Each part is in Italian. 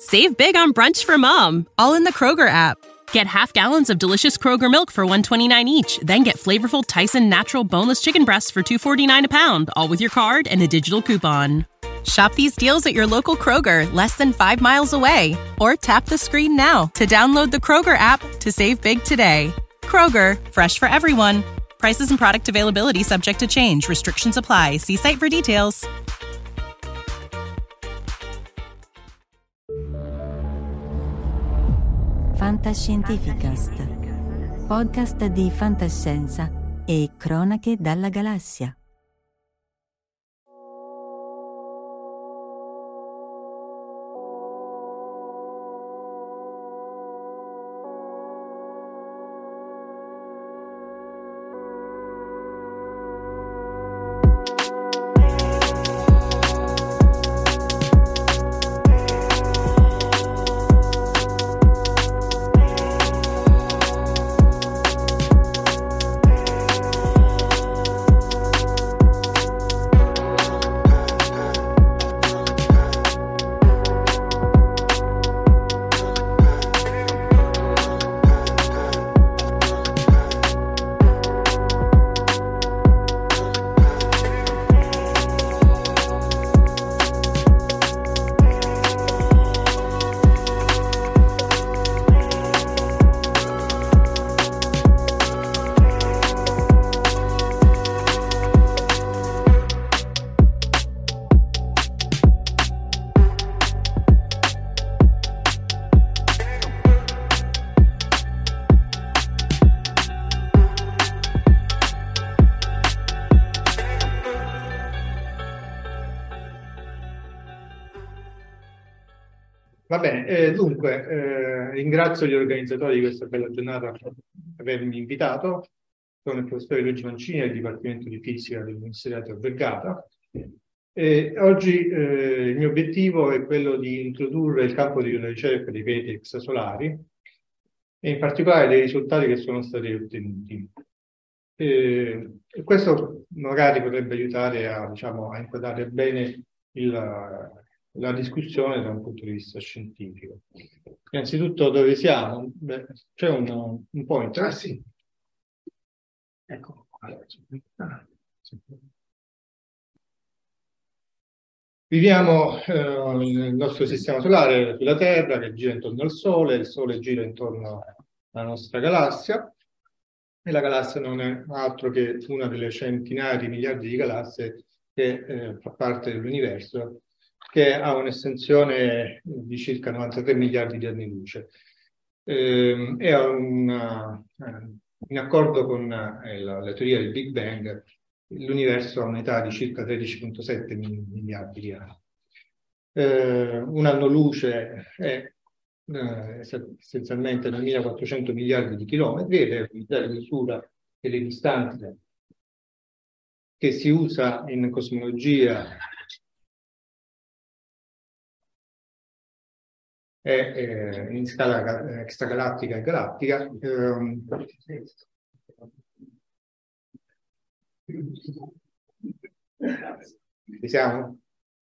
Save big on brunch for mom, all in the Kroger app. Get half gallons of delicious Kroger milk for $1.29 each. Then get flavorful Tyson natural boneless chicken breasts for $2.49 a pound, all with your card and a digital coupon. Shop these deals at your local Kroger, less than 5 miles away. Or tap the screen now to download the Kroger app to save big today. Kroger, fresh for everyone. Prices and product availability subject to change. Restrictions apply. See site for details. Fantascientificast, podcast di fantascienza e cronache dalla galassia. Va bene, dunque ringrazio gli organizzatori di questa bella giornata per avermi invitato. Sono il professore Luigi Mancini del Dipartimento di Fisica dell'Università Tor Vergata. Oggi il mio obiettivo è quello di introdurre il campo di una ricerca dei pianeti extrasolari e in particolare dei risultati che sono stati ottenuti. Questo magari potrebbe aiutare a inquadrare bene la discussione da un punto di vista scientifico. Innanzitutto, dove siamo? Beh, c'è un pointer. Sì. Ecco. Viviamo nel nostro sistema solare, sulla Terra, che gira intorno al Sole, il Sole gira intorno alla nostra galassia, e la galassia non è altro che una delle centinaia di miliardi di galassie che fa parte dell'universo, che ha un'estensione di circa 93 miliardi di anni luce. In accordo con la teoria del Big Bang, l'universo ha un'età di circa 13,7 miliardi di anni. Un anno luce è essenzialmente 9.400 miliardi di chilometri ed è l'unità di misura delle distanze che si usa in cosmologia in scala extragalattica e galattica. Ci siamo?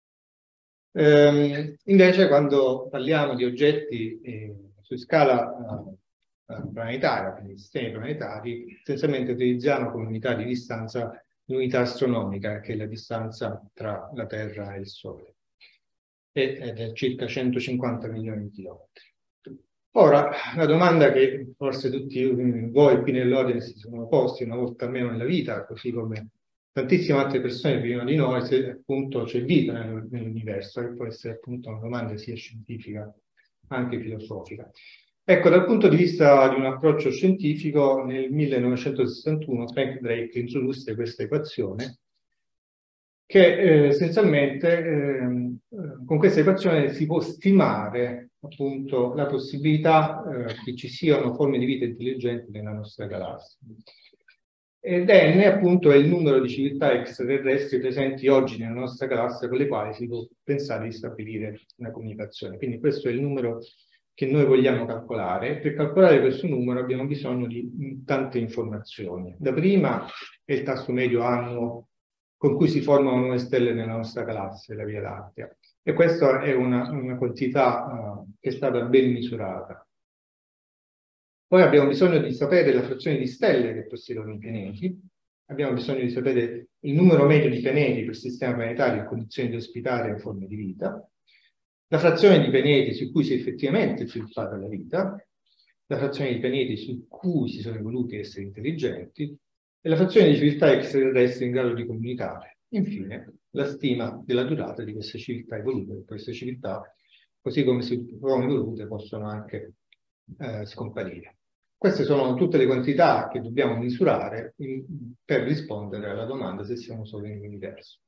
Invece, quando parliamo di oggetti su scala planetaria, quindi sistemi planetari, essenzialmente utilizziamo come unità di distanza l'unità astronomica, che è la distanza tra la Terra e il Sole, ed è circa 150 milioni di chilometri. Ora, la domanda che forse tutti voi qui nell'audience si sono posti una volta almeno nella vita, così come tantissime altre persone prima di noi, se appunto c'è vita nell'universo, che può essere appunto una domanda sia scientifica anche filosofica. Ecco, dal punto di vista di un approccio scientifico, nel 1961 Frank Drake introdusse questa equazione che essenzialmente con questa equazione si può stimare appunto la possibilità che ci siano forme di vita intelligenti nella nostra galassia. Ed n appunto è il numero di civiltà extraterrestri presenti oggi nella nostra galassia con le quali si può pensare di stabilire una comunicazione. Quindi questo è il numero che noi vogliamo calcolare. Per calcolare questo numero abbiamo bisogno di tante informazioni. La prima è il tasso medio annuo con cui si formano nuove stelle nella nostra galassia, la Via Lattea. E questa è una quantità che è stata ben misurata. Poi abbiamo bisogno di sapere la frazione di stelle che possiedono i pianeti, abbiamo bisogno di sapere il numero medio di pianeti per sistema planetario in condizioni di ospitare forme di vita, la frazione di pianeti su cui si è effettivamente sviluppata la vita, la frazione di pianeti su cui si sono evoluti esseri intelligenti e la frazione di civiltà extraterrestri in grado di comunicare. Infine, la stima della durata di queste civiltà evolute. Queste civiltà, così come si sono evolute, possono anche scomparire. Queste sono tutte le quantità che dobbiamo misurare per rispondere alla domanda se siamo solo in universo.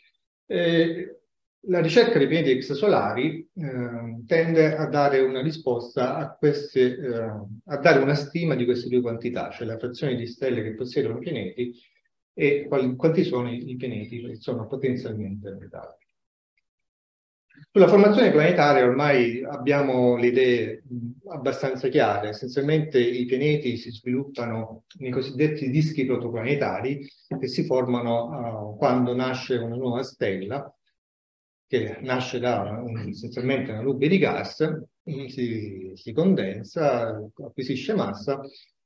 La ricerca dei pianeti extrasolari tende a dare una risposta a queste, a dare una stima di queste due quantità, cioè la frazione di stelle che possiedono i pianeti e quanti sono i pianeti che sono potenzialmente abitabili. Sulla formazione planetaria ormai abbiamo le idee abbastanza chiare. Essenzialmente i pianeti si sviluppano nei cosiddetti dischi protoplanetari che si formano quando nasce una nuova stella, che nasce da essenzialmente una nube di gas, si condensa, acquisisce massa,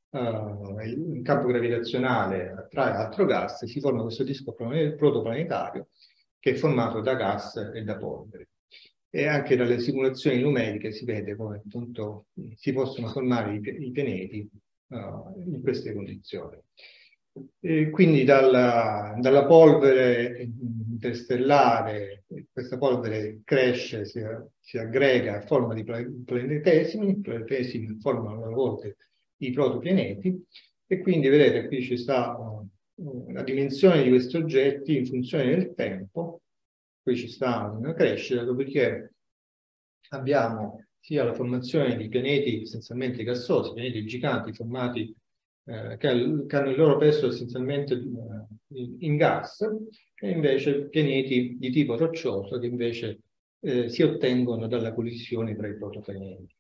il campo gravitazionale attrae altro gas e si forma questo disco protoplanetario che è formato da gas e da polvere. E anche dalle simulazioni numeriche si vede come appunto si possono formare i pianeti in queste condizioni. E quindi dalla polvere interstellare, questa polvere cresce, si aggrega a forma di planetesimi, i planetesimi formano a loro volta i protopianeti e quindi vedete qui ci sta la dimensione di questi oggetti in funzione del tempo. Qui ci sta una crescita, dopodiché abbiamo sia la formazione di pianeti essenzialmente gassosi, pianeti giganti formati che hanno il loro peso essenzialmente in gas, e invece pianeti di tipo roccioso che invece si ottengono dalla collisione tra i protopianeti.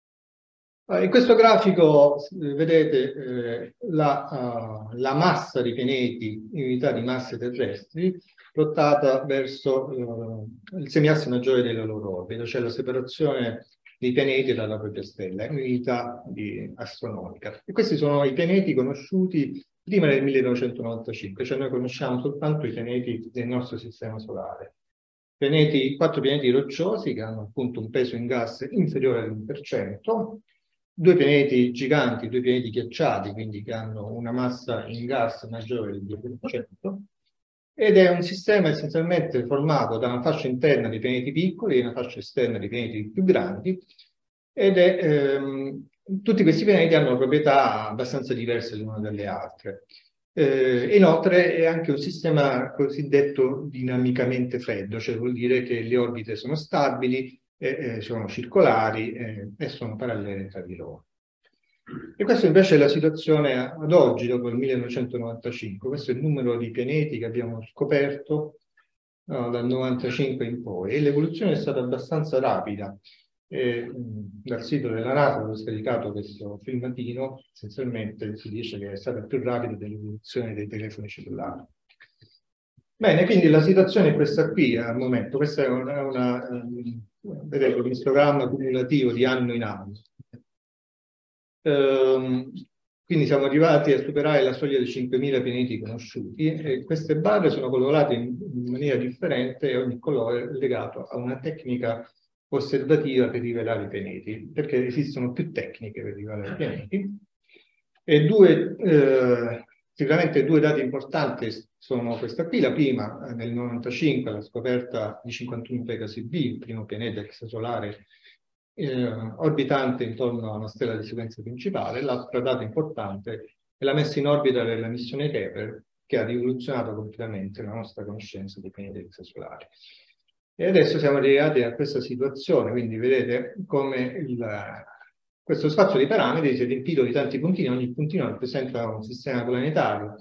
In questo grafico vedete la massa di pianeti in unità di masse terrestri plottata verso il semiasse maggiore della loro orbita, cioè la separazione dei pianeti dalla propria stella, in unità astronomica. E questi sono i pianeti conosciuti prima del 1995, cioè noi conosciamo soltanto i pianeti del nostro sistema solare. 4 pianeti rocciosi che hanno appunto un peso in gas inferiore all'1%, 2 pianeti giganti, 2 pianeti ghiacciati, quindi che hanno una massa in gas maggiore del 2%, ed è un sistema essenzialmente formato da una fascia interna di pianeti piccoli e una fascia esterna di pianeti più grandi, ed tutti questi pianeti hanno proprietà abbastanza diverse l'una dalle altre. Inoltre è anche un sistema cosiddetto dinamicamente freddo, cioè vuol dire che le orbite sono stabili, sono circolari e sono parallele tra di loro. E questa invece è la situazione ad oggi, dopo il 1995. Questo è il numero di pianeti che abbiamo scoperto dal 95 in poi, e l'evoluzione è stata abbastanza rapida. Dal sito della NASA ho scaricato questo filmatino, essenzialmente si dice che è stata più rapida dell'evoluzione dei telefoni cellulari. Bene, quindi la situazione è questa qui al momento. Questa è vedete, un istogramma cumulativo di anno in anno. Quindi siamo arrivati a superare la soglia dei 5.000 pianeti conosciuti, e queste barre sono colorate in maniera differente e ogni colore è legato a una tecnica osservativa per rivelare i pianeti, perché esistono più tecniche per rivelare i pianeti. E sicuramente 2 dati importanti sono questa qui. La prima, nel 95, la scoperta di 51 Pegasi B, il primo pianeta extrasolare orbitante intorno a una stella di sequenza principale. L'altra data importante è la messa in orbita della missione Kepler, che ha rivoluzionato completamente la nostra conoscenza dei pianeti extrasolari. E adesso siamo arrivati a questa situazione, quindi vedete come questo spazio di parametri si è riempito di tanti puntini, ogni puntino rappresenta un sistema planetario.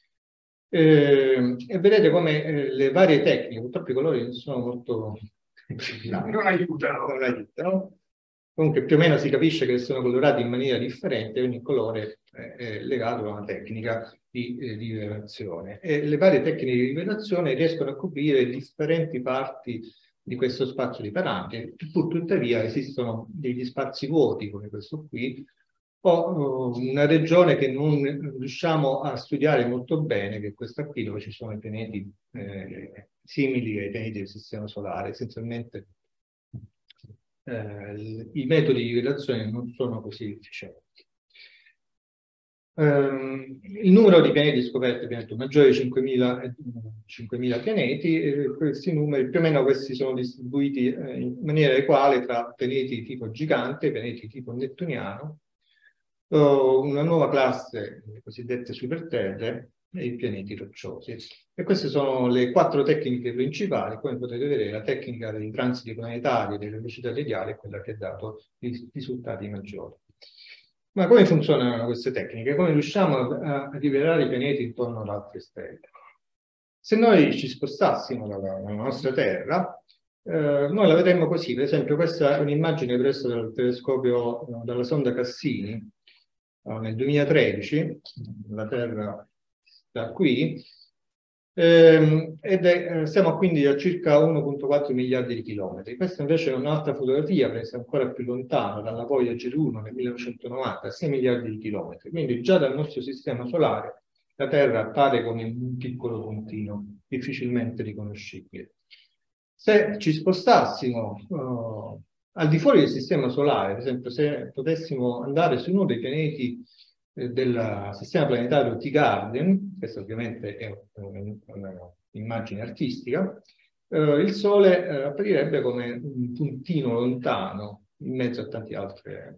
E vedete come le varie tecniche, purtroppo i colori non sono molto... non aiutano. Comunque più o meno si capisce che sono colorati in maniera differente, ogni colore è legato a una tecnica di rivelazione. E le varie tecniche di rivelazione riescono a coprire differenti parti di questo spazio di parametri, pur tuttavia esistono degli spazi vuoti come questo qui, o una regione che non riusciamo a studiare molto bene, che è questa qui, dove ci sono i pianeti simili ai pianeti del Sistema Solare. Essenzialmente i metodi di rilevazione non sono così efficienti. Il numero di pianeti scoperti è maggiore di 5.000 pianeti, questi numeri più o meno questi sono distribuiti in maniera equale tra pianeti tipo gigante e pianeti tipo nettuniano, una nuova classe, le cosiddette superterre, e i pianeti rocciosi. E queste sono le 4 tecniche principali. Come potete vedere, la tecnica dei transiti planetari e delle velocità radiali è quella che ha dato i risultati maggiori. Ma come funzionano queste tecniche? Come riusciamo a rivelare i pianeti intorno ad altre stelle? Se noi ci spostassimo dalla nostra Terra, noi la vedremmo così. Per esempio, questa è un'immagine presa dal telescopio, dalla sonda Cassini, nel 2013, la Terra sta qui, siamo quindi a circa 1,4 miliardi di chilometri. Questa invece è un'altra fotografia presa ancora più lontano, dalla Voyager 1 nel 1990, 6 miliardi di chilometri. Quindi già dal nostro sistema solare la Terra appare come un piccolo puntino, difficilmente riconoscibile. Se ci spostassimo al di fuori del sistema solare, per esempio se potessimo andare su uno dei pianeti del sistema planetario T-Garden, questa ovviamente è un'immagine artistica, il Sole apparirebbe come un puntino lontano in mezzo a tante altre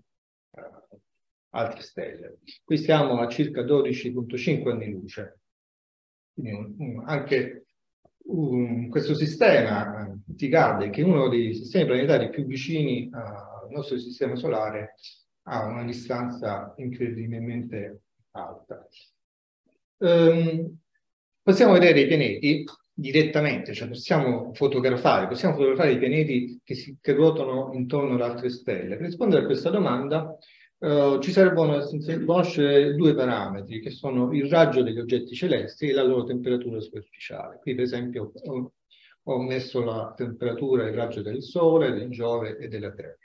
stelle. Qui siamo a circa 12,5 anni luce. Quindi anche questo sistema T-Garden, che è uno dei sistemi planetari più vicini al nostro sistema solare, ha una distanza incredibilmente alta. Possiamo vedere i pianeti direttamente, cioè possiamo fotografare i pianeti che ruotano intorno ad altre stelle. Per rispondere a questa domanda ci servono conoscere 2 parametri, che sono il raggio degli oggetti celesti e la loro temperatura superficiale. Qui per esempio ho messo la temperatura e il raggio del Sole, del Giove e della Terra.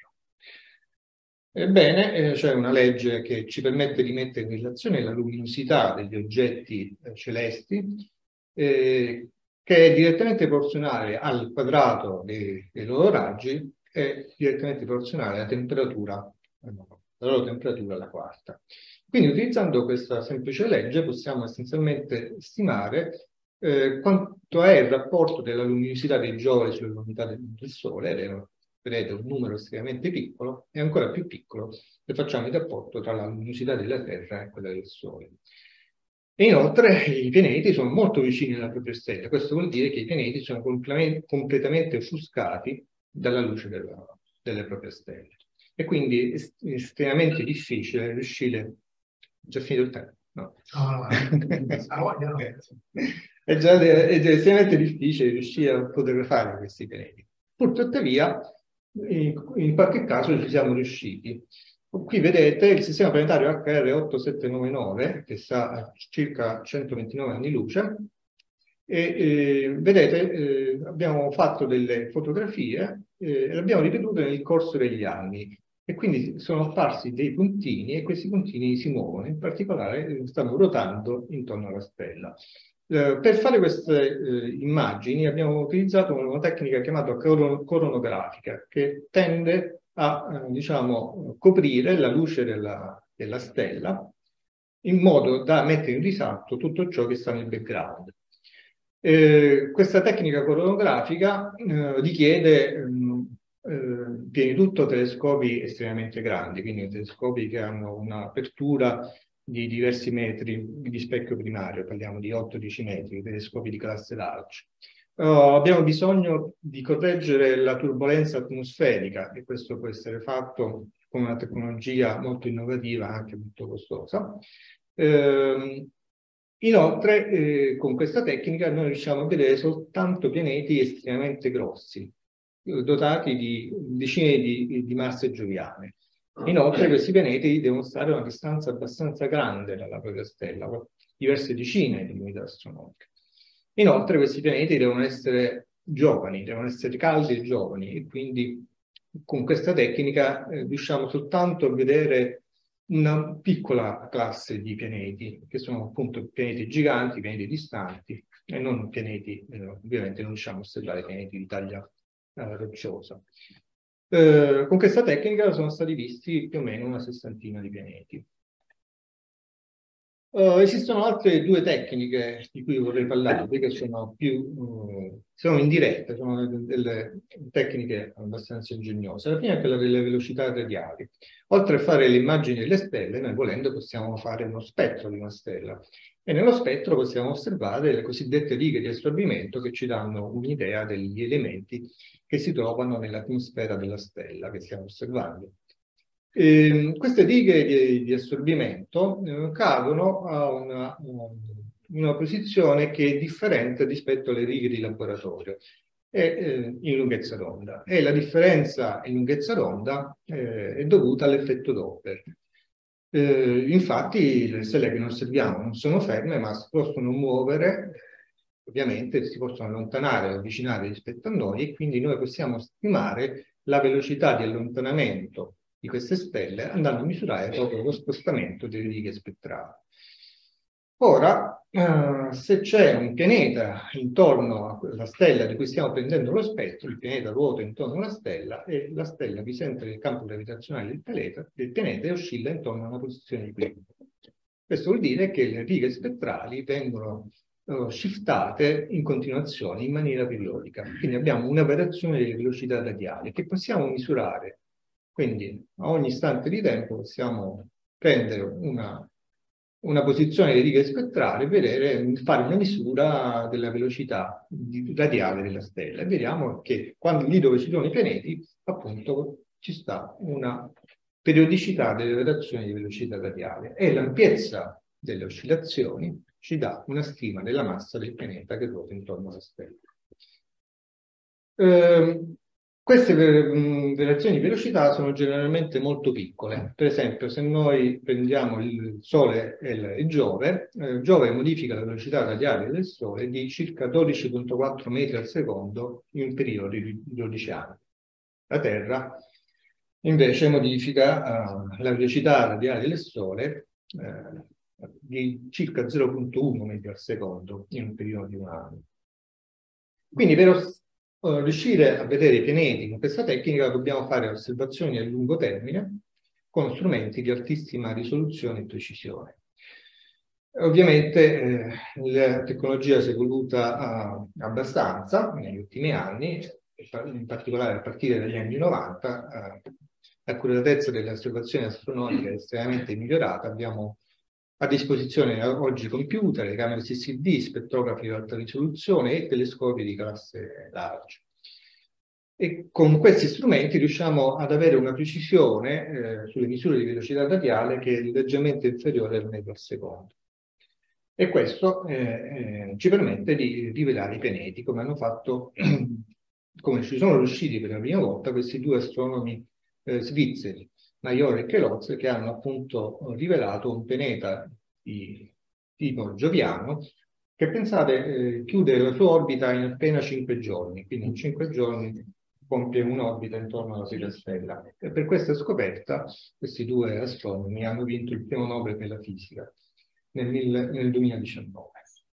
Ebbene, c'è una legge che ci permette di mettere in relazione la luminosità degli oggetti celesti, che è direttamente proporzionale al quadrato dei loro raggi e direttamente proporzionale alla temperatura, la loro temperatura alla quarta. Quindi, utilizzando questa semplice legge, possiamo essenzialmente stimare quanto è il rapporto della luminosità del Giove sulla luminosità del Sole, ed è, vedete, un numero estremamente piccolo, e ancora più piccolo se facciamo il rapporto tra la luminosità della Terra e quella del Sole. E inoltre i pianeti sono molto vicini alla propria stella. Questo vuol dire che i pianeti sono completamente offuscati dalla luce delle proprie stelle. E quindi è estremamente difficile riuscire... Già finito il tempo? No. È già estremamente difficile riuscire a fotografare questi pianeti. Pur tuttavia, in qualche caso ci siamo riusciti. Qui vedete il sistema planetario HR8799, che sta a circa 129 anni luce, e vedete abbiamo fatto delle fotografie e le abbiamo ripetute nel corso degli anni, e quindi sono apparsi dei puntini, e questi puntini si muovono, in particolare stanno ruotando intorno alla stella. Per fare queste immagini abbiamo utilizzato una tecnica chiamata coronografica, che tende a diciamo, coprire la luce della stella in modo da mettere in risalto tutto ciò che sta nel background. Questa tecnica coronografica richiede prima di tutto telescopi estremamente grandi, quindi telescopi che hanno un'apertura di diversi metri di specchio primario, parliamo di 8-10 metri, telescopi di classe large. Abbiamo bisogno di correggere la turbolenza atmosferica, e questo può essere fatto con una tecnologia molto innovativa, anche molto costosa. Inoltre, con questa tecnica noi riusciamo a vedere soltanto pianeti estremamente grossi, dotati di decine di masse gioviane. Inoltre questi pianeti devono stare a una distanza abbastanza grande dalla propria stella, diverse decine di unità astronomiche. Inoltre questi pianeti devono essere giovani, devono essere caldi e giovani, e quindi con questa tecnica riusciamo soltanto a vedere una piccola classe di pianeti, che sono appunto pianeti giganti, pianeti distanti, e non pianeti, ovviamente non riusciamo a osservare pianeti di taglia rocciosa. Con questa tecnica sono stati visti più o meno una sessantina di pianeti. Esistono altre due tecniche di cui vorrei parlarvi, che sono sono indirette, sono delle tecniche abbastanza ingegnose. La prima è quella delle velocità radiali. Oltre a fare le immagini delle stelle, noi volendo possiamo fare uno spettro di una stella, e nello spettro possiamo osservare le cosiddette righe di assorbimento che ci danno un'idea degli elementi che si trovano nell'atmosfera della stella che stiamo osservando. Queste righe di assorbimento cadono a una posizione che è differente rispetto alle righe di laboratorio in lunghezza d'onda. E la differenza in lunghezza d'onda è dovuta all'effetto Doppler. Infatti le stelle che noi osserviamo non sono ferme, ma si possono muovere, ovviamente si possono allontanare o avvicinare rispetto a noi, e quindi noi possiamo stimare la velocità di allontanamento di queste stelle andando a misurare proprio lo spostamento delle righe spettrali. Ora, se c'è un pianeta intorno alla stella di cui stiamo prendendo lo spettro, il pianeta ruota intorno alla stella e la stella risente del campo gravitazionale del pianeta e oscilla intorno a una posizione di equilibrio. Questo vuol dire che le righe spettrali vengono shiftate in continuazione in maniera periodica. Quindi abbiamo una variazione delle velocità radiali che possiamo misurare. Quindi a ogni istante di tempo possiamo prendere una posizione di righe spettrali e fare una misura della velocità radiale della stella. E vediamo che quando lì dove ci sono i pianeti, appunto, ci sta una periodicità delle variazioni di velocità radiale. E l'ampiezza delle oscillazioni ci dà una stima della massa del pianeta che ruota intorno alla stella. Queste variazioni di velocità sono generalmente molto piccole. Per esempio, se noi prendiamo il Sole e Giove, Giove modifica la velocità radiale del Sole di circa 12,4 metri al secondo in un periodo di 12 anni. La Terra invece modifica la velocità radiale del Sole di circa 0,1 metri al secondo in un periodo di un anno. Quindi per riuscire a vedere i pianeti con questa tecnica dobbiamo fare osservazioni a lungo termine con strumenti di altissima risoluzione e precisione. Ovviamente la tecnologia si è evoluta abbastanza negli ultimi anni, in particolare a partire dagli anni 90, l'accuratezza delle osservazioni astronomiche è estremamente migliorata. Abbiamo a disposizione oggi computer, camere CCD, spettrografi di alta risoluzione e telescopi di classe large. E con questi strumenti riusciamo ad avere una precisione sulle misure di velocità radiale che è leggermente inferiore al metro al secondo. E questo ci permette di rivelare i pianeti, come hanno fatto, come ci sono riusciti per la prima volta questi due astronomi svizzeri, Major e Queloz, che hanno appunto rivelato un pianeta di tipo Gioviano che, pensate, chiude la sua orbita in appena 5 giorni, quindi in 5 giorni compie un'orbita intorno alla propria stella. E per questa scoperta questi due astronomi hanno vinto il premio Nobel per la fisica nel 2019.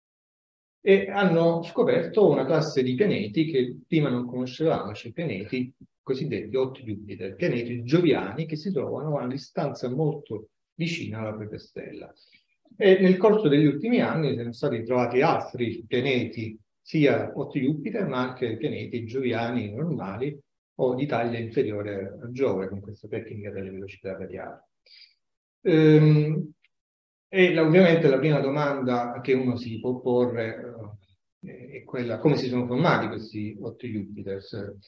E hanno scoperto una classe di pianeti che prima non conoscevamo, cioè pianeti cosiddetti hot Jupiter, pianeti gioviani che si trovano a una distanza molto vicina alla propria stella. E nel corso degli ultimi anni sono stati trovati altri pianeti, sia hot Jupiter, ma anche pianeti gioviani normali o di taglia inferiore a Giove, con questa tecnica delle velocità radiali. Ovviamente la prima domanda che uno si può porre è quella: come si sono formati questi hot Jupiter?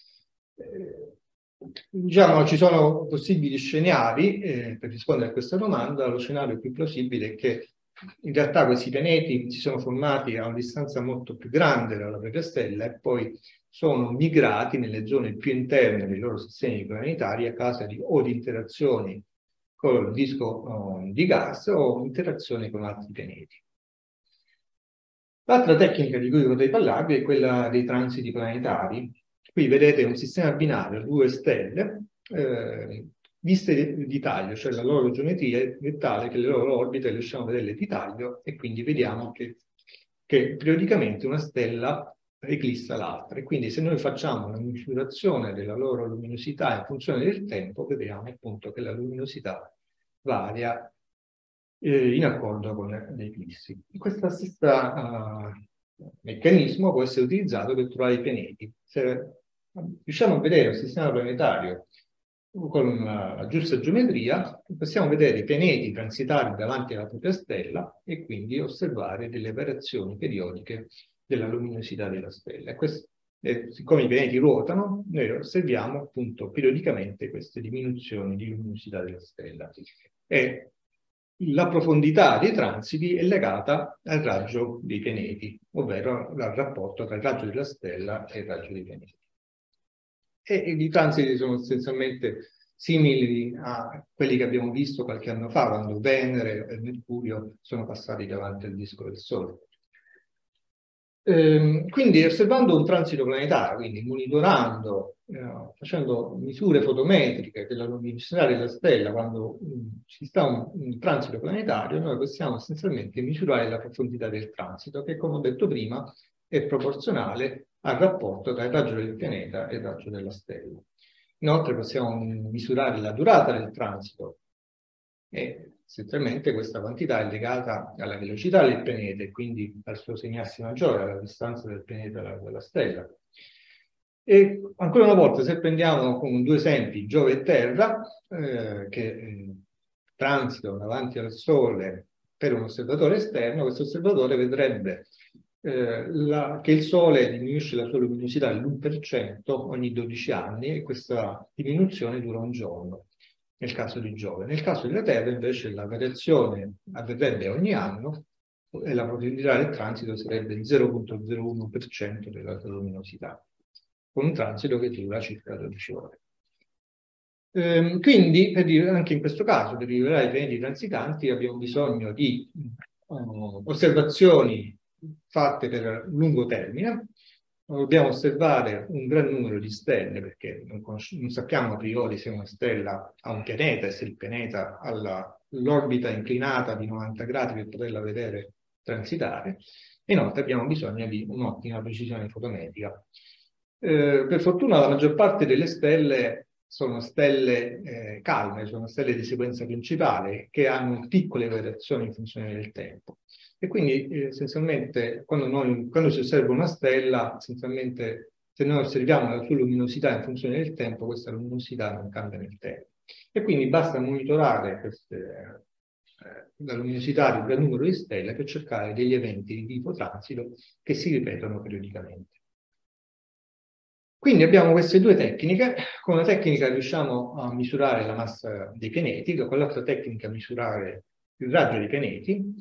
Diciamo, ci sono possibili scenari per rispondere a questa domanda. Lo scenario più plausibile è che in realtà questi pianeti si sono formati a una distanza molto più grande dalla propria stella e poi sono migrati nelle zone più interne dei loro sistemi planetari a causa di interazioni con il disco di gas o interazioni con altri pianeti. L'altra tecnica di cui vorrei parlarvi è quella dei transiti planetari. Qui vedete un sistema binario, due stelle, viste di taglio, cioè la loro geometria è tale che le loro orbite riusciamo a vederle di taglio e quindi vediamo che periodicamente una stella eclissa l'altra. E quindi se noi facciamo una misurazione della loro luminosità in funzione del tempo, vediamo appunto che la luminosità varia in accordo con le eclissi. Questo stesso meccanismo può essere utilizzato per trovare i pianeti. Se riusciamo a vedere un sistema planetario con la giusta geometria, possiamo vedere i pianeti transitare davanti alla propria stella e quindi osservare delle variazioni periodiche della luminosità della stella. Siccome i pianeti ruotano, noi osserviamo appunto periodicamente queste diminuzioni di luminosità della stella. E la profondità dei transiti è legata al raggio dei pianeti, ovvero al rapporto tra il raggio della stella e il raggio dei pianeti. E i transiti sono essenzialmente simili a quelli che abbiamo visto qualche anno fa, quando Venere e Mercurio sono passati davanti al disco del Sole. Quindi osservando un transito planetario, quindi monitorando, facendo misure fotometriche della luminosità della stella quando ci sta un transito planetario, noi possiamo essenzialmente misurare la profondità del transito, che come ho detto prima è proporzionale al rapporto tra il raggio del pianeta e il raggio della stella. Inoltre possiamo misurare la durata del transito e essenzialmente questa quantità è legata alla velocità del pianeta e quindi al suo segnarsi maggiore, alla distanza del pianeta dalla stella. E ancora una volta, se prendiamo con due esempi, Giove e Terra, che transitano davanti al Sole per un osservatore esterno, questo osservatore vedrebbe che il Sole diminuisce la sua luminosità dell'1% ogni 12 anni e questa diminuzione dura un giorno, nel caso di Giove. Nel caso della Terra invece la variazione avverrebbe ogni anno e la profondità del transito sarebbe il 0,01% della sua luminosità, con un transito che dura circa 12 ore. Quindi, anche in questo caso, per rivelare i pianeti transitanti abbiamo bisogno di osservazioni fatte per lungo termine. Dobbiamo osservare un gran numero di stelle perché non sappiamo a priori se una stella ha un pianeta e se il pianeta ha l'orbita inclinata di 90 gradi per poterla vedere transitare. E inoltre abbiamo bisogno di un'ottima precisione fotometrica. Per fortuna la maggior parte delle stelle sono stelle calme, sono stelle di sequenza principale che hanno piccole variazioni in funzione del tempo. E quindi essenzialmente quando si osserva una stella, essenzialmente se noi osserviamo la sua luminosità in funzione del tempo, questa luminosità non cambia nel tempo. E quindi basta monitorare la luminosità di un gran numero di stelle per cercare degli eventi di tipo transito che si ripetono periodicamente. Quindi abbiamo queste due tecniche. Con una tecnica riusciamo a misurare la massa dei pianeti, con l'altra tecnica a misurare il raggio dei pianeti.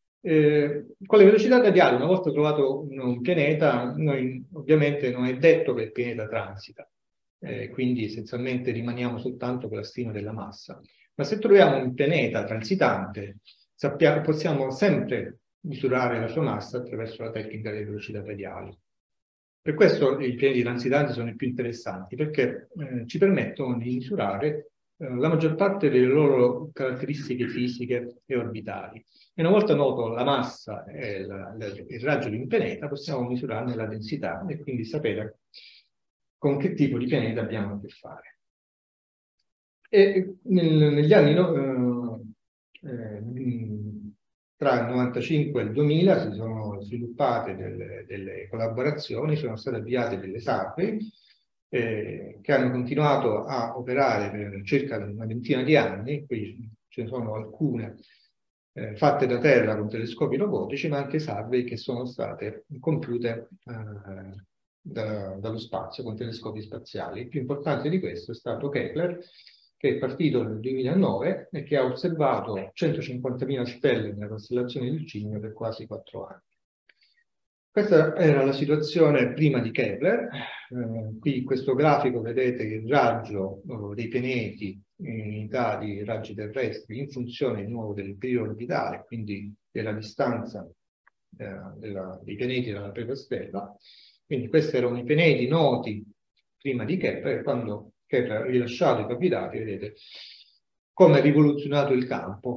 Con le velocità radiali, una volta trovato un pianeta, ovviamente non è detto che il pianeta transita, quindi essenzialmente rimaniamo soltanto con la stima della massa. Ma se troviamo un pianeta transitante, possiamo sempre misurare la sua massa attraverso la tecnica delle velocità radiali. Per questo i pianeti transitanti sono i più interessanti, perché ci permettono di misurare la maggior parte delle loro caratteristiche fisiche e orbitali. E una volta noto la massa e il raggio di un pianeta, possiamo misurarne la densità e quindi sapere con che tipo di pianeta abbiamo a che fare. E negli anni tra il 1995 e il 2000 si sono sviluppate delle collaborazioni, sono state avviate delle survey che hanno continuato a operare per circa una ventina di anni. Qui ce ne sono alcune fatte da terra con telescopi robotici, ma anche survey che sono state compiute dallo spazio con telescopi spaziali. Il più importante di questo è stato Kepler, che è partito nel 2009 e che ha osservato 150.000 stelle nella costellazione del Cigno per quasi 4 anni. Questa era la situazione prima di Kepler. Qui in questo grafico vedete il raggio dei pianeti in unità di raggi terrestri in funzione di nuovo del periodo orbitale, quindi della distanza dei pianeti della propria stella. Quindi questi erano i pianeti noti prima di Kepler, e quando Kepler ha rilasciato i propri dati, vedete come ha rivoluzionato il campo,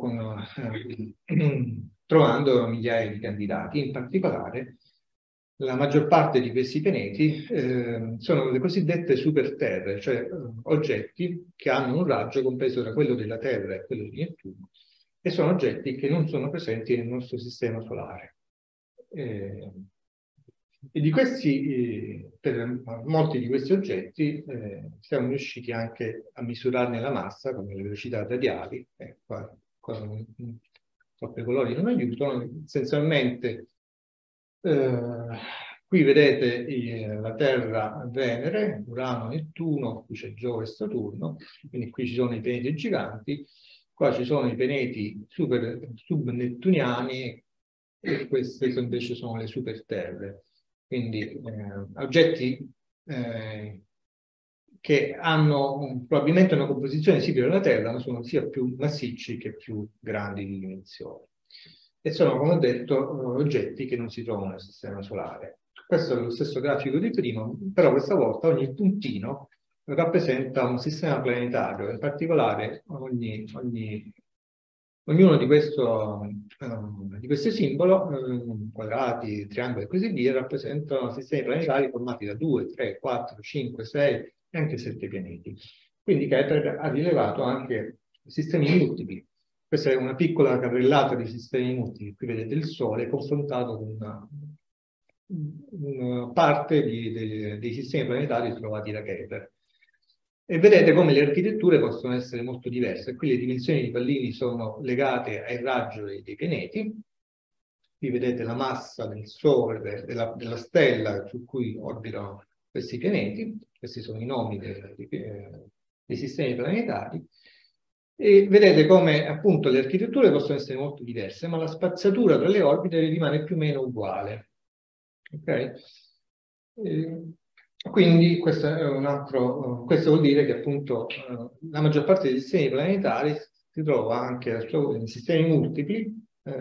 trovando migliaia di candidati. In particolare, la maggior parte di questi pianeti sono le cosiddette superterre, cioè oggetti che hanno un raggio compreso tra quello della Terra e quello di Nettuno, e sono oggetti che non sono presenti nel nostro sistema solare. E di questi, per molti di questi oggetti siamo riusciti anche a misurarne la massa con le velocità radiali. Qua troppi colori non aiutano. Essenzialmente qui vedete la Terra, Venere, Urano, Nettuno, qui c'è Giove e Saturno, quindi qui ci sono i pianeti giganti, qua ci sono i pianeti subnettuniani, e queste invece sono le superterre. Quindi oggetti che hanno probabilmente una composizione simile alla Terra, ma sono sia più massicci che più grandi di dimensione. E sono, come ho detto, oggetti che non si trovano nel sistema solare. Questo è lo stesso grafico di prima, però questa volta ogni puntino rappresenta un sistema planetario, in particolare ognuno di questi simboli, quadrati, triangoli e così via, rappresentano sistemi planetari formati da 2, 3, 4, 5, 6 e anche 7 pianeti. Quindi Kepler ha rilevato anche sistemi multipli. Questa è una piccola carrellata di sistemi multipli. Qui vedete il Sole confrontato con una parte dei sistemi planetari trovati da Kepler. E vedete come le architetture possono essere molto diverse. Qui le dimensioni di pallini sono legate ai raggio dei pianeti. Qui vedete la massa del Sole, della stella su cui orbitano questi pianeti. Questi sono i nomi dei sistemi planetari. E vedete come appunto le architetture possono essere molto diverse, ma la spazzatura tra le orbite rimane più o meno uguale. Ok? Quindi questo vuol dire che appunto la maggior parte dei sistemi planetari si trova anche in sistemi multipli,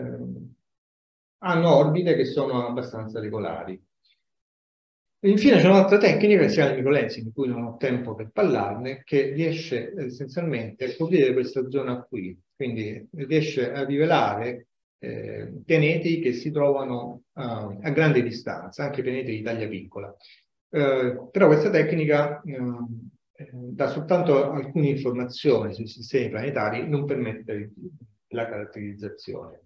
hanno orbite che sono abbastanza regolari. E infine c'è un'altra tecnica che si chiama il microlensing, di cui non ho tempo per parlarne, che riesce essenzialmente a coprire questa zona qui, quindi riesce a rivelare pianeti che si trovano a grande distanza, anche pianeti di taglia piccola. Però questa tecnica dà soltanto alcune informazioni sui sistemi planetari, non permette la caratterizzazione.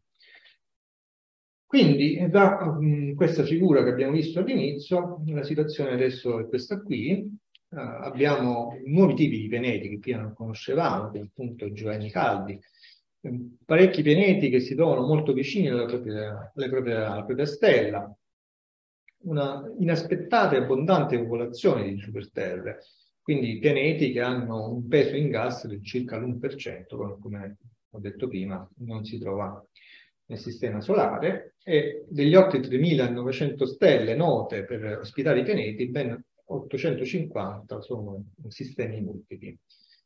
Quindi da questa figura che abbiamo visto all'inizio, la situazione adesso è questa qui. Abbiamo nuovi tipi di pianeti che prima non conoscevamo, che appunto i giovani caldi, parecchi pianeti che si trovano molto vicini alla propria stella, una inaspettata e abbondante popolazione di superterre, quindi pianeti che hanno un peso in gas di circa l'1%, come ho detto prima, non si trova nel sistema solare, e degli oltre 3.900 stelle note per ospitare i pianeti, ben 850 sono sistemi multipli.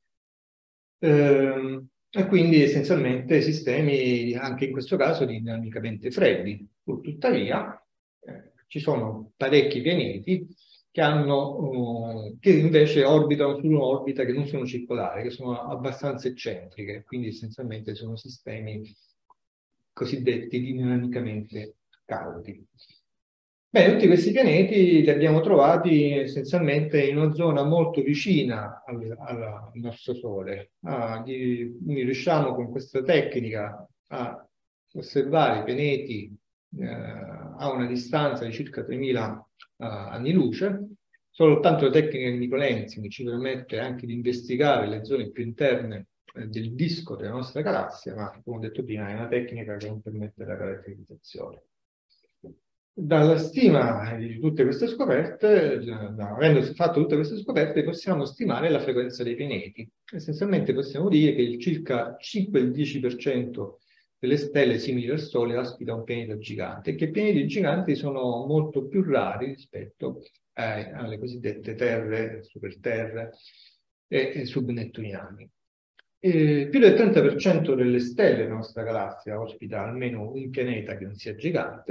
E quindi essenzialmente sistemi, anche in questo caso, dinamicamente freddi. Tuttavia, ci sono parecchi pianeti che invece orbitano su un'orbita che non sono circolari, che sono abbastanza eccentriche, quindi essenzialmente sono sistemi cosiddetti dinamicamente caldi. Bene, tutti questi pianeti li abbiamo trovati essenzialmente in una zona molto vicina al nostro Sole. Riusciamo con questa tecnica a osservare i pianeti a una distanza di circa 3.000 anni luce. Soltanto la tecnica del microlensing ci permette anche di investigare le zone più interne del disco della nostra galassia, ma come ho detto prima è una tecnica che non permette la caratterizzazione. Dalla stima di tutte queste scoperte, avendo fatto tutte queste scoperte, possiamo stimare la frequenza dei pianeti. Essenzialmente possiamo dire che circa 5-10% delle stelle simili al Sole ospita un pianeta gigante, e che pianeti giganti sono molto più rari rispetto alle cosiddette terre, superterre e subnettuniani. Più del 30% delle stelle della nostra galassia ospita almeno un pianeta che non sia gigante,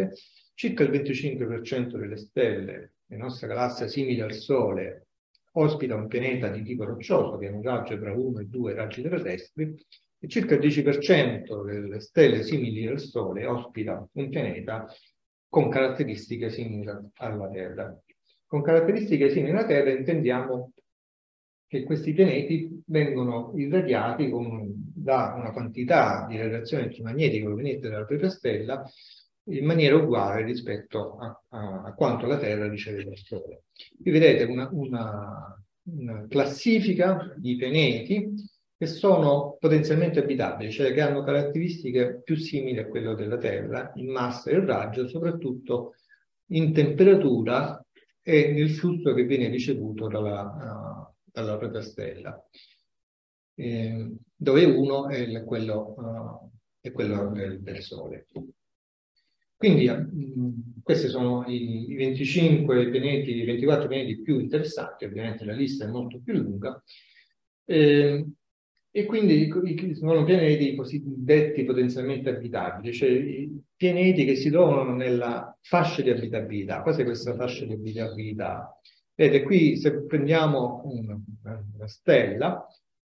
circa il 25% delle stelle nella nostra galassia simili al Sole ospita un pianeta di tipo roccioso, che è un raggio tra 1 e 2 raggi terrestri, e circa il 10% delle stelle simili al Sole ospita un pianeta con caratteristiche simili alla Terra. Con caratteristiche simili alla Terra intendiamo che questi pianeti vengono irradiati da una quantità di radiazione elettromagnetica proveniente dalla propria stella in maniera uguale rispetto a quanto la Terra riceve dal Sole. Qui vedete una classifica di pianeti che sono potenzialmente abitabili, cioè che hanno caratteristiche più simili a quelle della Terra in massa e raggio, soprattutto in temperatura e nel flusso che viene ricevuto dalla propria stella, dove uno è quello del Sole. Quindi questi sono i 25 pianeti, i 24 pianeti più interessanti, ovviamente la lista è molto più lunga, e quindi sono pianeti cosiddetti potenzialmente abitabili, cioè i pianeti che si trovano nella fascia di abitabilità. Cos'è questa fascia di abitabilità? Vedete, qui se prendiamo una stella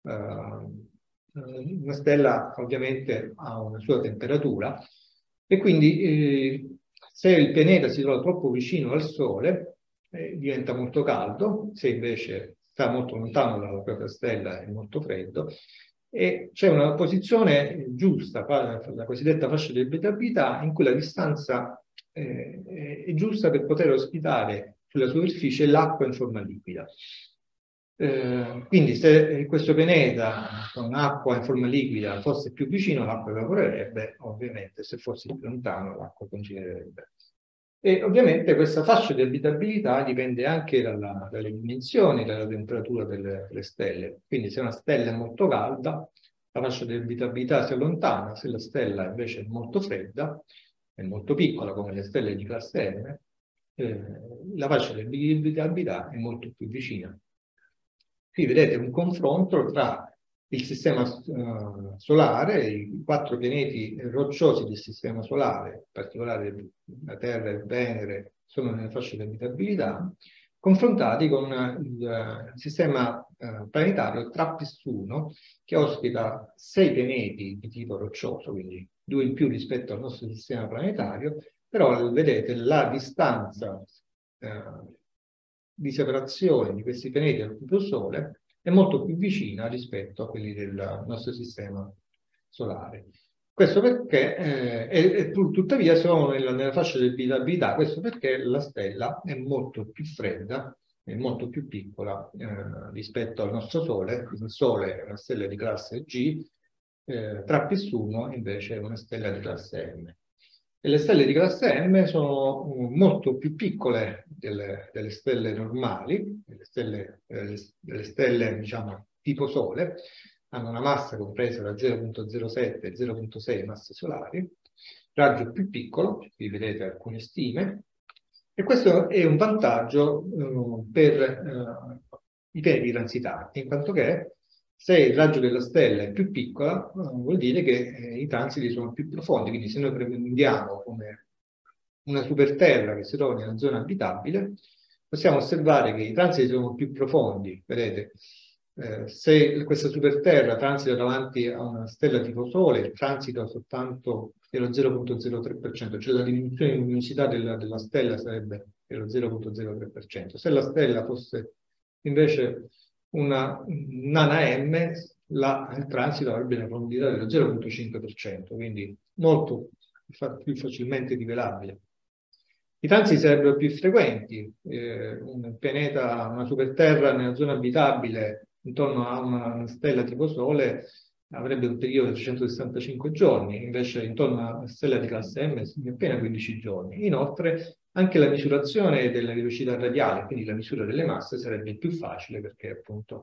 ovviamente ha una sua temperatura, e quindi se il pianeta si trova troppo vicino al Sole diventa molto caldo, se invece sta molto lontano dalla propria stella è molto freddo, e c'è una posizione giusta, la cosiddetta fascia di abitabilità, in cui la distanza è giusta per poter ospitare sulla superficie l'acqua in forma liquida. Quindi se questo pianeta con acqua in forma liquida fosse più vicino, l'acqua evaporerebbe, ovviamente se fosse più lontano l'acqua congelerebbe. E ovviamente questa fascia di abitabilità dipende anche dalle dimensioni, dalla temperatura delle stelle. Quindi se una stella è molto calda, la fascia di abitabilità si allontana; se la stella invece è molto fredda, è molto piccola come le stelle di classe M, la fascia di abitabilità è molto più vicina. Qui vedete un confronto tra il sistema solare, i 4 pianeti rocciosi del sistema solare, in particolare la Terra e il Venere, sono nella fascia di abitabilità, confrontati con il sistema planetario TRAPPIST-1, che ospita 6 pianeti di tipo roccioso, quindi 2 in più rispetto al nostro sistema planetario, però vedete la distanza di separazione di questi pianeti dal proprio Sole è molto più vicina rispetto a quelli del nostro sistema solare. Questo perché, tuttavia, siamo nella fascia di abitabilità. Questo perché la stella è molto più fredda, è molto più piccola rispetto al nostro Sole. Il Sole è una stella di classe G, TRAPPIST-1 invece è una stella di classe M. E le stelle di classe M sono molto più piccole delle stelle normali, delle stelle diciamo tipo Sole, hanno una massa compresa da 0,07 e 0,6 masse solari, raggio più piccolo, qui vedete alcune stime, e questo è un vantaggio per i pianeti transitanti, in quanto che se il raggio della stella è più piccola, vuol dire che i transiti sono più profondi. Quindi se noi prendiamo come una superterra che si trova nella zona abitabile, possiamo osservare che i transiti sono più profondi. Vedete, se questa superterra transita davanti a una stella tipo Sole, transita soltanto dello 0,03%, cioè la diminuzione di luminosità della stella sarebbe dello 0,03%. Se la stella fosse invece una nana M, il transito avrebbe una profondità dello 0,5%, quindi molto più facilmente rivelabile. I transiti sarebbero più frequenti. Un pianeta, una superterra nella zona abitabile intorno a una stella tipo Sole avrebbe un periodo di 365 giorni, invece intorno a una stella di classe M appena 15 giorni. Inoltre anche la misurazione della velocità radiale, quindi la misura delle masse, sarebbe più facile perché appunto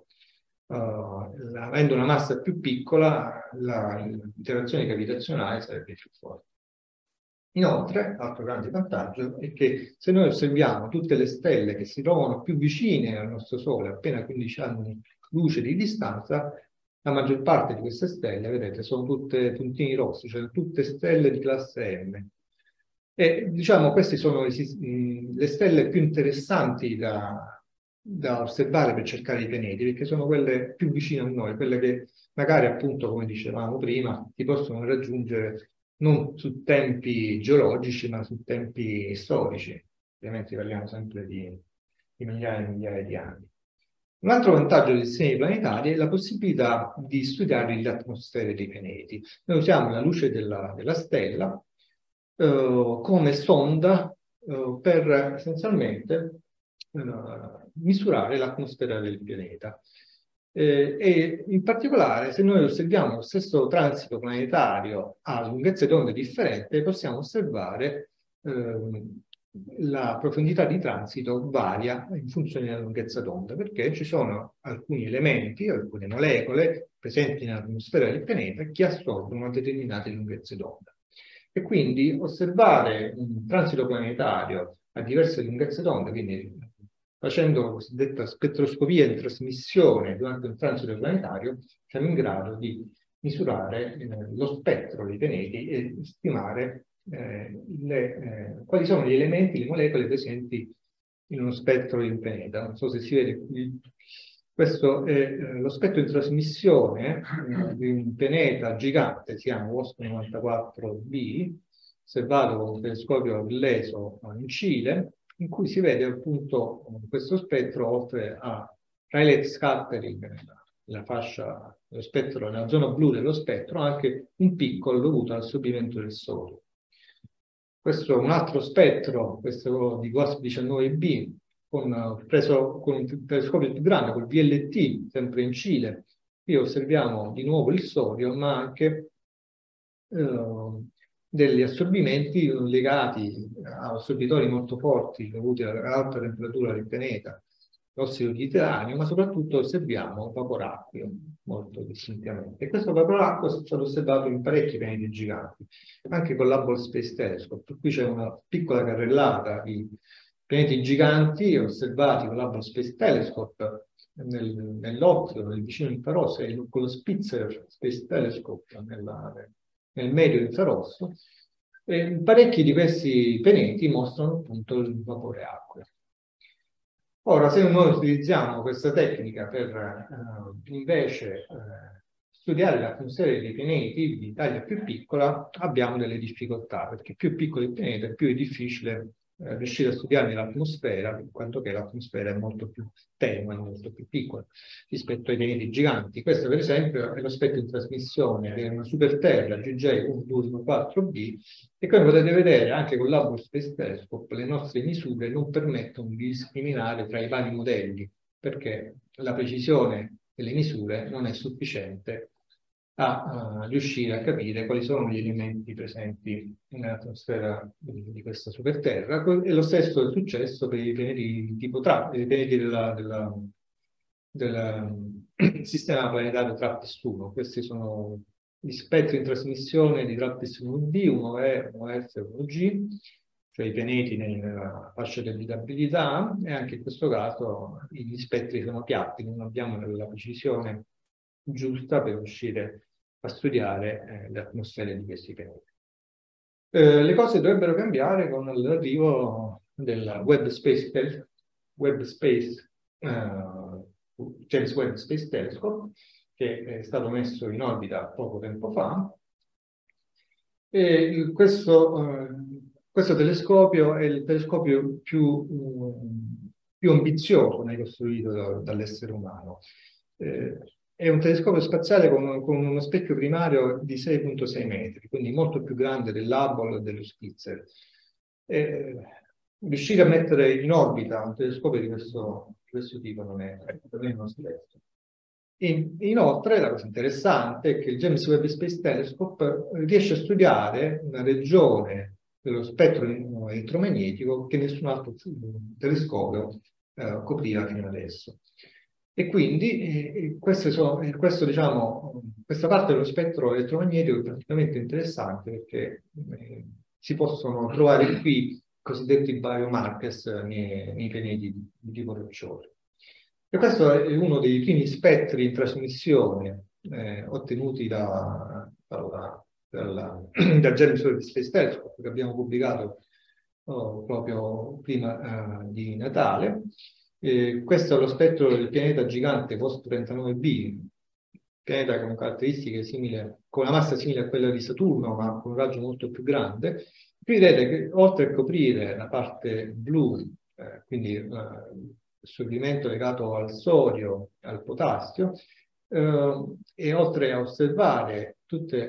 avendo una massa più piccola l'interazione gravitazionale sarebbe più forte. Inoltre, altro grande vantaggio è che se noi osserviamo tutte le stelle che si trovano più vicine al nostro Sole, appena 15 anni luce di distanza, la maggior parte di queste stelle, vedete, sono tutte puntini rossi, cioè tutte stelle di classe M. E diciamo queste sono le stelle più interessanti da osservare per cercare i pianeti, perché sono quelle più vicine a noi, quelle che magari appunto, come dicevamo prima, si possono raggiungere non su tempi geologici, ma su tempi storici. Ovviamente parliamo sempre di migliaia e migliaia di anni. Un altro vantaggio dei sistemi planetari è la possibilità di studiare le atmosfere dei pianeti. Noi usiamo la luce della stella come sonda per essenzialmente misurare l'atmosfera del pianeta. E in particolare, se noi osserviamo lo stesso transito planetario a lunghezze d'onda differenti, possiamo osservare la profondità di transito varia in funzione della lunghezza d'onda, perché ci sono alcuni elementi, alcune molecole presenti nell'atmosfera del pianeta che assorbono determinate lunghezze d'onda. E quindi osservare un transito planetario a diverse lunghezze d'onda, quindi facendo la cosiddetta spettroscopia di trasmissione durante un transito planetario, siamo in grado di misurare lo spettro dei pianeti e stimare quali sono gli elementi, le molecole presenti in uno spettro di un pianeta. Non so se si vede qui. Questo è lo spettro di trasmissione di un pianeta gigante, si chiama WOSP 94b, osservato con un telescopio Leso in Cile, in cui si vede appunto questo spettro offre a Rayleigh scattering, la fascia, lo spettro, nella zona blu dello spettro, anche un piccolo dovuto all'assorbimento del Sole. Questo è un altro spettro, questo di WASP 19b, preso con un telescopio più grande, col VLT, sempre in Cile. Qui osserviamo di nuovo il sodio, ma anche degli assorbimenti legati a assorbitori molto forti dovuti all'alta temperatura del pianeta, l'ossido di titanio, ma soprattutto osserviamo vaporacqueo molto distintamente. E questo vaporacqueo è stato osservato in parecchi pianeti giganti, anche con l'Hubble Space Telescope, per cui c'è una piccola carrellata di pianeti giganti osservati con l'Hubble Space Telescope nell'occhio, nel vicino infrarosso, e con lo Spitzer Space Telescope nel medio infrarosso. E parecchi di questi pianeti mostrano appunto il vapore acqueo. Ora, se noi utilizziamo questa tecnica per invece studiare l'atmosfera dei pianeti di taglia più piccola, abbiamo delle difficoltà, perché più piccolo il pianeta, più è difficile riuscire a studiarne l'atmosfera, in quanto che l'atmosfera è molto più tenue, molto più piccola rispetto ai pianeti giganti. Questo, per esempio, è lo spettro di trasmissione di una superterra GJ1214b, e come potete vedere anche con l'Hubble Space Telescope le nostre misure non permettono di discriminare tra i vari modelli, perché la precisione delle misure non è sufficiente a riuscire a capire quali sono gli elementi presenti nell'atmosfera di questa superterra. E lo stesso è successo per i pianeti di tipo TRAPPIST, i pianeti del sistema planetario TRAPPIST-1. Questi sono gli spettri in trasmissione di TRAPPIST-1b, 1e, 1f e 1g, cioè i pianeti nella fascia di abitabilità, e anche in questo caso gli spettri sono piatti, non abbiamo la precisione giusta per riuscire a studiare le atmosfere di questi pianeti. Le cose dovrebbero cambiare con l'arrivo del James Webb Space Telescope, che è stato messo in orbita poco tempo fa. E questo telescopio è il telescopio più ambizioso mai costruito dall'essere umano. È un telescopio spaziale con uno specchio primario di 6,6 metri, quindi molto più grande dell'Hubble e dello Spitzer. Riuscire a mettere in orbita un telescopio di questo tipo non è uno scherzo. Inoltre, la cosa interessante è che il James Webb Space Telescope riesce a studiare una regione dello spettro elettromagnetico che nessun altro telescopio copriva fino adesso. E quindi diciamo, questa parte dello spettro elettromagnetico è praticamente interessante, perché si possono trovare qui i cosiddetti biomarkers nei pianeti di tipo roccioso. E questo è uno dei primi spettri in trasmissione ottenuti dal James Webb Space Telescope, che abbiamo pubblicato proprio prima di Natale. Questo è lo spettro del pianeta gigante VOSP 39b, pianeta con caratteristiche simili, con una massa simile a quella di Saturno, ma con un raggio molto più grande. Qui vedete che oltre a coprire la parte blu, quindi assorbimento legato al sodio, al potassio, e oltre a osservare tutti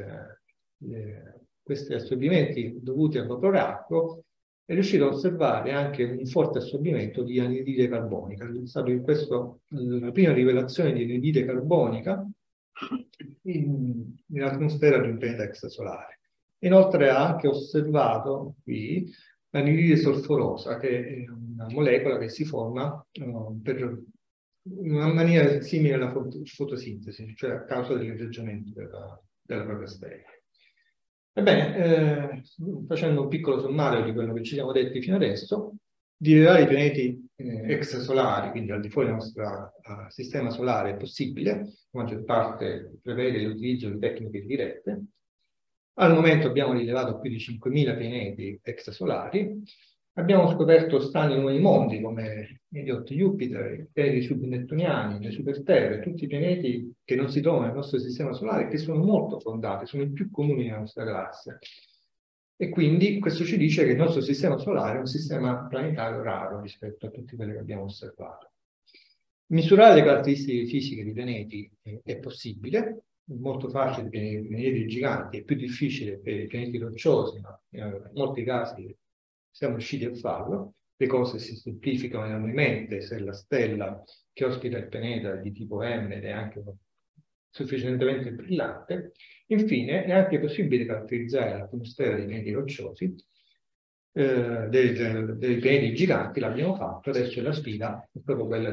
questi assorbimenti dovuti al vapore acqueo, è riuscito a osservare anche un forte assorbimento di anidride carbonica. È stata la prima rivelazione di anidride carbonica nell'atmosfera di un pianeta extrasolare. Inoltre ha anche osservato qui l'anidride solforosa, che è una molecola che si forma in una maniera simile alla fotosintesi, cioè a causa dell'irraggiamento della propria stella. Ebbene, facendo un piccolo sommario di quello che ci siamo detti fino adesso, di rilevare i pianeti extrasolari, quindi al di fuori del nostro sistema solare, è possibile, la maggior parte prevede l'utilizzo di tecniche dirette. Al momento abbiamo rilevato più di 5.000 pianeti extrasolari, abbiamo scoperto strani nuovi mondi come Elliott Jupiter, i pianeti subnettuniani, le superterre, tutti i pianeti che non si trovano nel nostro sistema solare, che sono molto fondati, sono i più comuni nella nostra galassia. E quindi questo ci dice che il nostro sistema solare è un sistema planetario raro rispetto a tutti quelli che abbiamo osservato. Misurare le caratteristiche fisiche di pianeti è possibile, è molto facile per i pianeti giganti, è più difficile per i pianeti rocciosi, ma in molti casi siamo riusciti a farlo. Le cose si semplificano enormemente se la stella che ospita il pianeta è di tipo M ed è anche sufficientemente brillante. Infine, è anche possibile caratterizzare l'atmosfera dei pianeti rocciosi, dei pianeti giganti. L'abbiamo fatto, adesso la sfida è proprio quella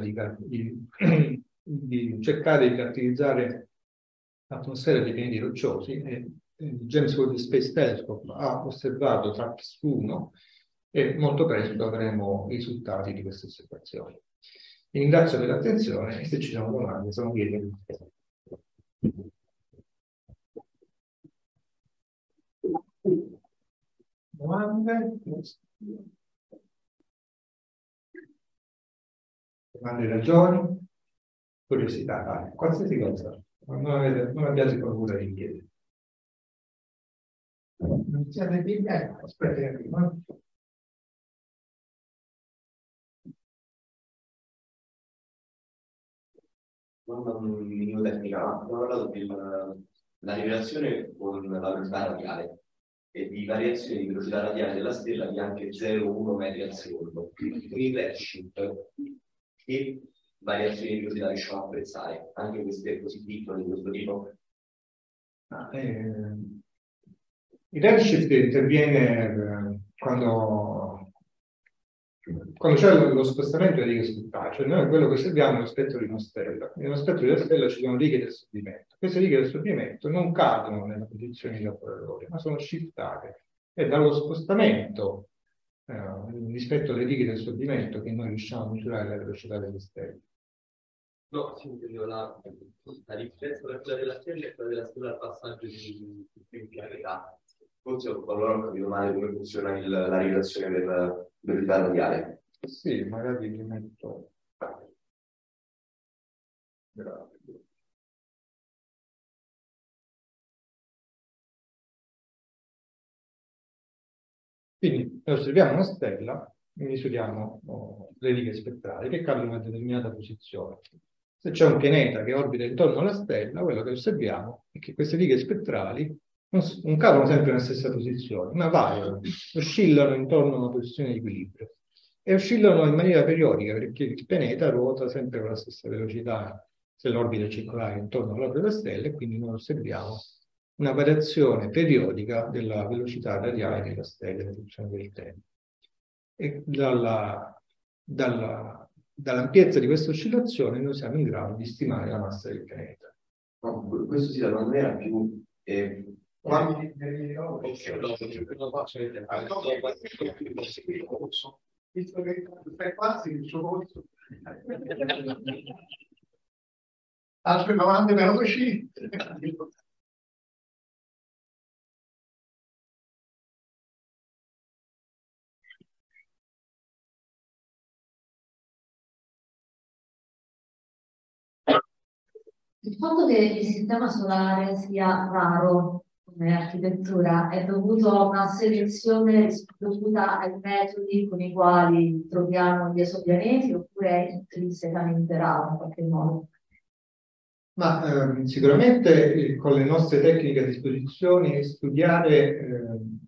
di cercare di caratterizzare l'atmosfera dei pianeti rocciosi. Il James Webb Space Telescope ha osservato TRAPPIST-1 e molto presto avremo i risultati di queste osservazioni. Vi ringrazio per l'attenzione e se ci sono domande sono lieto di rispondere. Domande? Domande, ragioni? Curiosità, qualsiasi cosa. Non abbiate paura di chiedere. Non siete figli? Aspetta che arrivo. Non mi tecnica, ma abbiamo parlato della rivelazione con la velocità radiale e di variazioni di velocità radiale della stella di anche 0,1 metri al secondo. Il redshift e variazioni di velocità riusciamo a apprezzare anche queste così piccole di questo tipo. Il redshift interviene quando c'è lo spostamento delle righe spettrali, cioè noi quello che osserviamo è lo spettro di una stella. Nello spettro di una stella ci sono righe di assorbimento. Queste righe di assorbimento non cadono nella posizione di laboratorio, ma sono shiftate. E dallo spostamento rispetto alle righe di assorbimento che noi riusciamo a misurare la velocità delle stelle. No, sì, la differenza tra quella della stella e quella della stella al passaggio di pianeta. Forse allora ho capito male come funziona la rivelazione per velocità radiale. Sì, magari li metto. Grazie. Quindi osserviamo una stella e misuriamo le righe spettrali che cadono in una determinata posizione. Se c'è un pianeta che orbita intorno alla stella, quello che osserviamo è che queste righe spettrali non cadono sempre nella stessa posizione, ma variano, oscillano intorno a una posizione di equilibrio. E oscillano in maniera periodica, perché il pianeta ruota sempre con la stessa velocità se l'orbita è circolare intorno all'orbita della stella, e quindi noi osserviamo una variazione periodica della velocità radiale della stella in funzione del tempo. E dall'ampiezza di questa oscillazione noi siamo in grado di stimare la massa del pianeta. No, questo sì, la domanda era più... Visto che stai quasi il suo corso. Altre domande per uscire? Il fatto che il sistema solare sia raro come architettura è dovuto a una selezione dovuta ai metodi con i quali troviamo gli esopianeti, oppure è intrinsecamente raro in qualche modo? Ma sicuramente con le nostre tecniche a disposizione studiare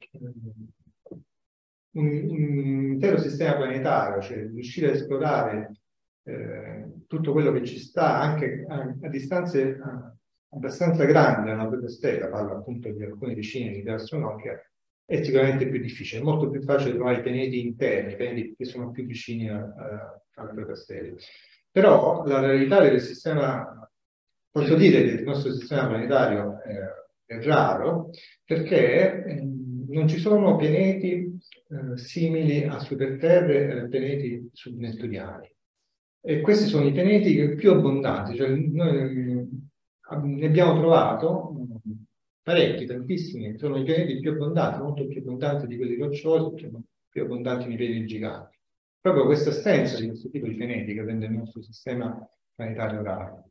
un intero sistema planetario, cioè riuscire a esplorare tutto quello che ci sta anche a distanze abbastanza grandi dalla propria stella, parlo appunto di alcune decine di unità astronomiche, è sicuramente più difficile, è molto più facile trovare i pianeti interni, pianeti che sono più vicini alla propria stella. Però la realtà del sistema, posso dire che il nostro sistema planetario è raro perché non ci sono pianeti simili a superterre, pianeti subnettuniani. E questi sono i pianeti più abbondanti, cioè noi ne abbiamo trovato parecchi, tantissimi, sono i pianeti più abbondanti, molto più abbondanti di quelli rocciosi, più abbondanti nei pianeti giganti. Proprio questa assenza di questo tipo di pianeti che rende il nostro sistema planetario raro.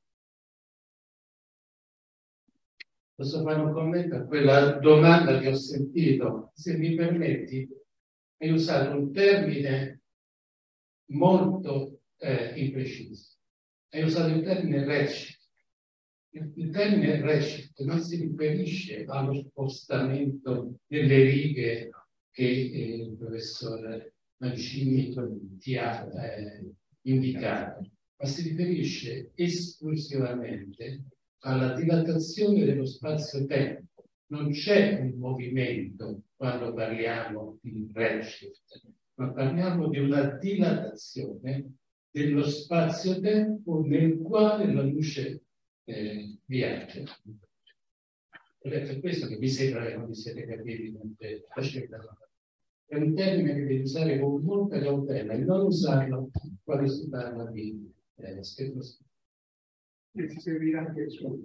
Posso fare un commento a quella domanda che ho sentito? Se mi permetti, hai usato un termine molto impreciso. Hai usato il termine redshift. Il termine redshift non si riferisce allo spostamento delle righe che il professor Mancini ti ha indicato, ma si riferisce esclusivamente alla dilatazione dello spazio-tempo. Non c'è un movimento quando parliamo di redshift, ma parliamo di una dilatazione dello spazio-tempo nel quale la luce viaggia. È per questo che mi sembra che non vi siete capiti facendo. È un termine che devi usare con molta cautela e non usarlo quando si parla di spettroscopia. Si servirà anche il suo.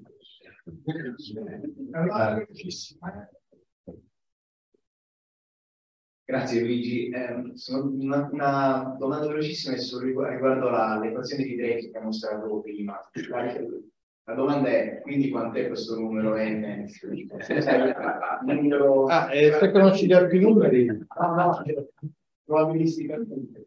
Grazie Luigi. Una domanda velocissima riguardo l'equazione di Drake che abbiamo mostrato prima. La domanda è, quindi quant'è questo numero n? Se conosci gli altri numeri? No, probabilisticamente.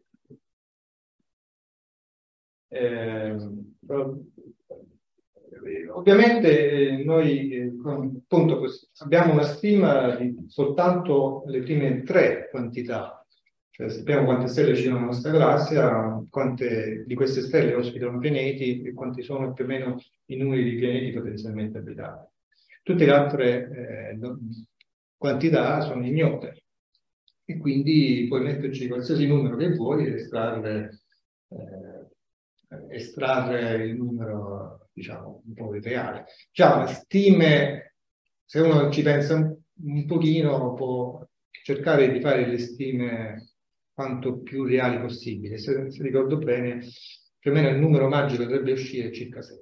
Ovviamente noi appunto, abbiamo una stima di soltanto le prime 3 quantità, cioè sappiamo quante stelle ci sono nella nostra galassia, quante di queste stelle ospitano pianeti e quanti sono più o meno i numeri di pianeti potenzialmente abitati. Tutte le altre quantità sono ignote e quindi puoi metterci qualsiasi numero che vuoi e estrarre il numero, diciamo, un po' reale. Diciamo, stime, se uno ci pensa un pochino, può cercare di fare le stime quanto più reali possibile. Se ricordo bene, più o meno il numero magico dovrebbe uscire circa 7.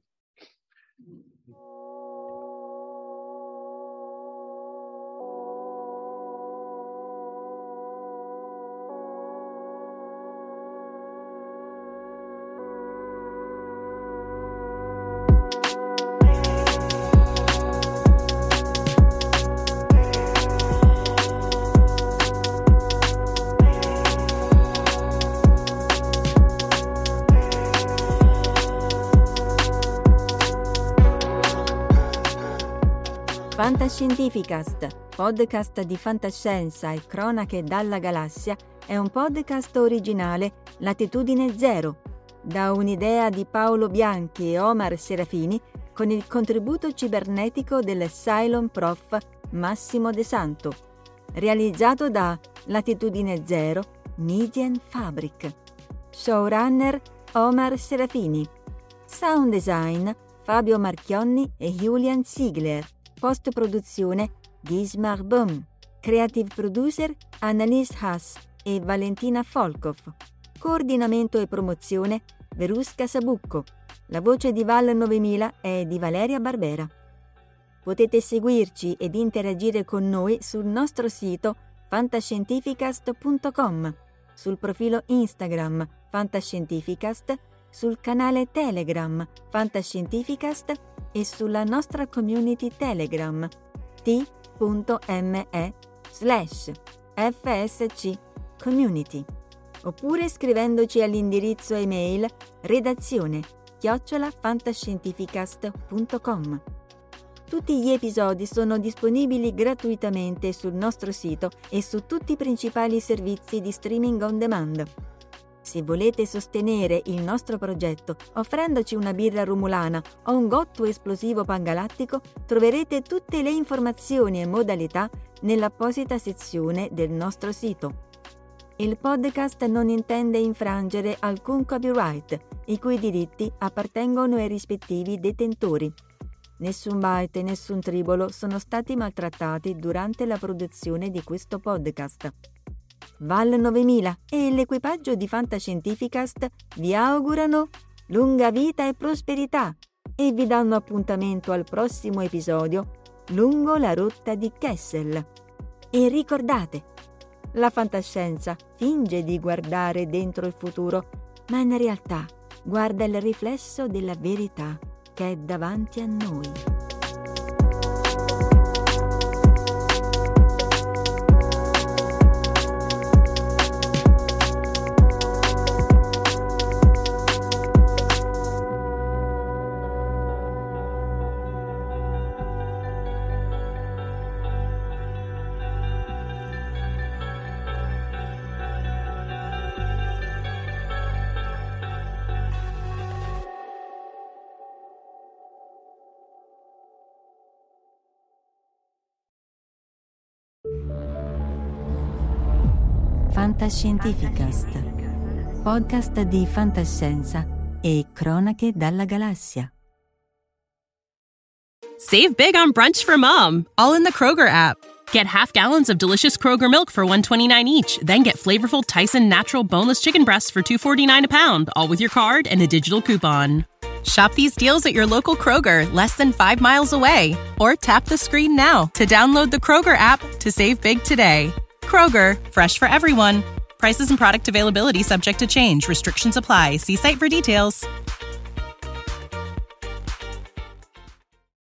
Fantascientificast, podcast di fantascienza e cronache dalla galassia, è un podcast originale Latitudine Zero, da un'idea di Paolo Bianchi e Omar Serafini con il contributo cibernetico del Cylon Prof Massimo De Santo, realizzato da Latitudine Zero Median Fabric. Showrunner Omar Serafini. Sound design Fabio Marchionni e Julian Ziegler. Post-produzione Gismar Böhm. Creative producer Annalise Haas e Valentina Folkov. Coordinamento e promozione Verusca Sabucco. La voce di Val 9000 è di Valeria Barbera. Potete seguirci ed interagire con noi sul nostro sito fantascientificast.com, sul profilo Instagram Fantascientificast sul canale Telegram Fantascientificast e sulla nostra community Telegram t.me/FSC Community, oppure scrivendoci all'indirizzo email redazione@fantascientificast.com. Tutti gli episodi sono disponibili gratuitamente sul nostro sito e su tutti i principali servizi di streaming on demand. Se volete sostenere il nostro progetto offrendoci una birra rumulana o un gotto esplosivo pangalattico, troverete tutte le informazioni e modalità nell'apposita sezione del nostro sito. Il podcast non intende infrangere alcun copyright, i cui diritti appartengono ai rispettivi detentori. Nessun byte e nessun tribolo sono stati maltrattati durante la produzione di questo podcast. Val 9000 e l'equipaggio di Fantascientificast vi augurano lunga vita e prosperità e vi danno appuntamento al prossimo episodio lungo la rotta di Kessel. E ricordate, la fantascienza finge di guardare dentro il futuro, ma in realtà guarda il riflesso della verità che è davanti a noi. Fantascientificast, podcast di fantascienza e cronache dalla galassia. Save big on brunch for mom, all in the Kroger app. Get half gallons of delicious Kroger milk for $1.29 each, then get flavorful Tyson natural boneless chicken breasts for $2.49 a pound, all with your card and a digital coupon. Shop these deals at your local Kroger, less than 5 miles away. Or tap the screen now to download the Kroger app to save big today. Kroger, fresh for everyone. Prices and product availability subject to change. Restrictions apply. See site for details.